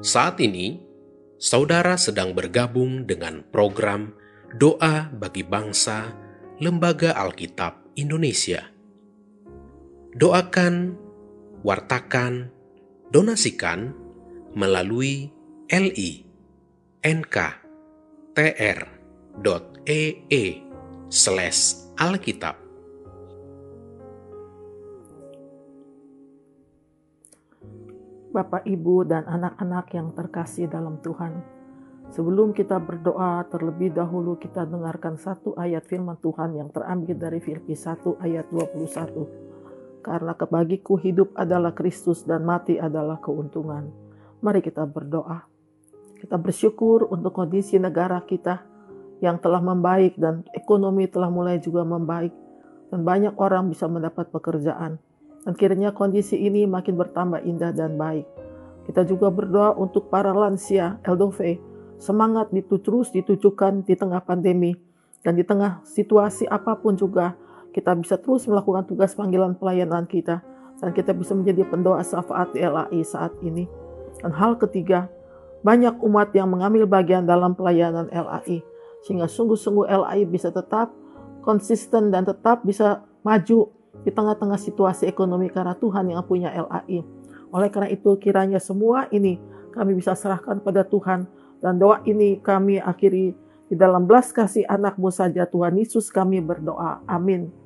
Saat ini, saudara sedang bergabung dengan program Doa bagi Bangsa Lembaga Alkitab Indonesia. Doakan, wartakan, donasikan melalui li.nk.tr.ee/alkitab. Bapak, Ibu, dan anak-anak yang terkasih dalam Tuhan, sebelum kita berdoa, terlebih dahulu kita dengarkan satu ayat firman Tuhan yang terambil dari Filipi 1 ayat 21. Karena bagiku hidup adalah Kristus dan mati adalah keuntungan. Mari kita berdoa. Kita bersyukur untuk kondisi negara kita yang telah membaik dan ekonomi telah mulai juga membaik. Dan banyak orang bisa mendapat pekerjaan. Dan kiranya kondisi ini makin bertambah indah dan baik. Kita juga berdoa untuk para lansia, Eldove, semangat terus ditujukan di tengah pandemi. Dan di tengah situasi apapun juga, kita bisa terus melakukan tugas panggilan pelayanan kita. Dan kita bisa menjadi pendoa syafaat di LAI saat ini. Dan hal ketiga, banyak umat yang mengambil bagian dalam pelayanan LAI. Sehingga sungguh-sungguh LAI bisa tetap konsisten dan tetap bisa maju di tengah-tengah situasi ekonomi karena Tuhan yang punya LAI. Oleh karena itu kiranya semua ini kami bisa serahkan pada Tuhan. Dan doa ini kami akhiri di dalam belas kasih anak-Mu saja Tuhan Yesus kami berdoa. Amin.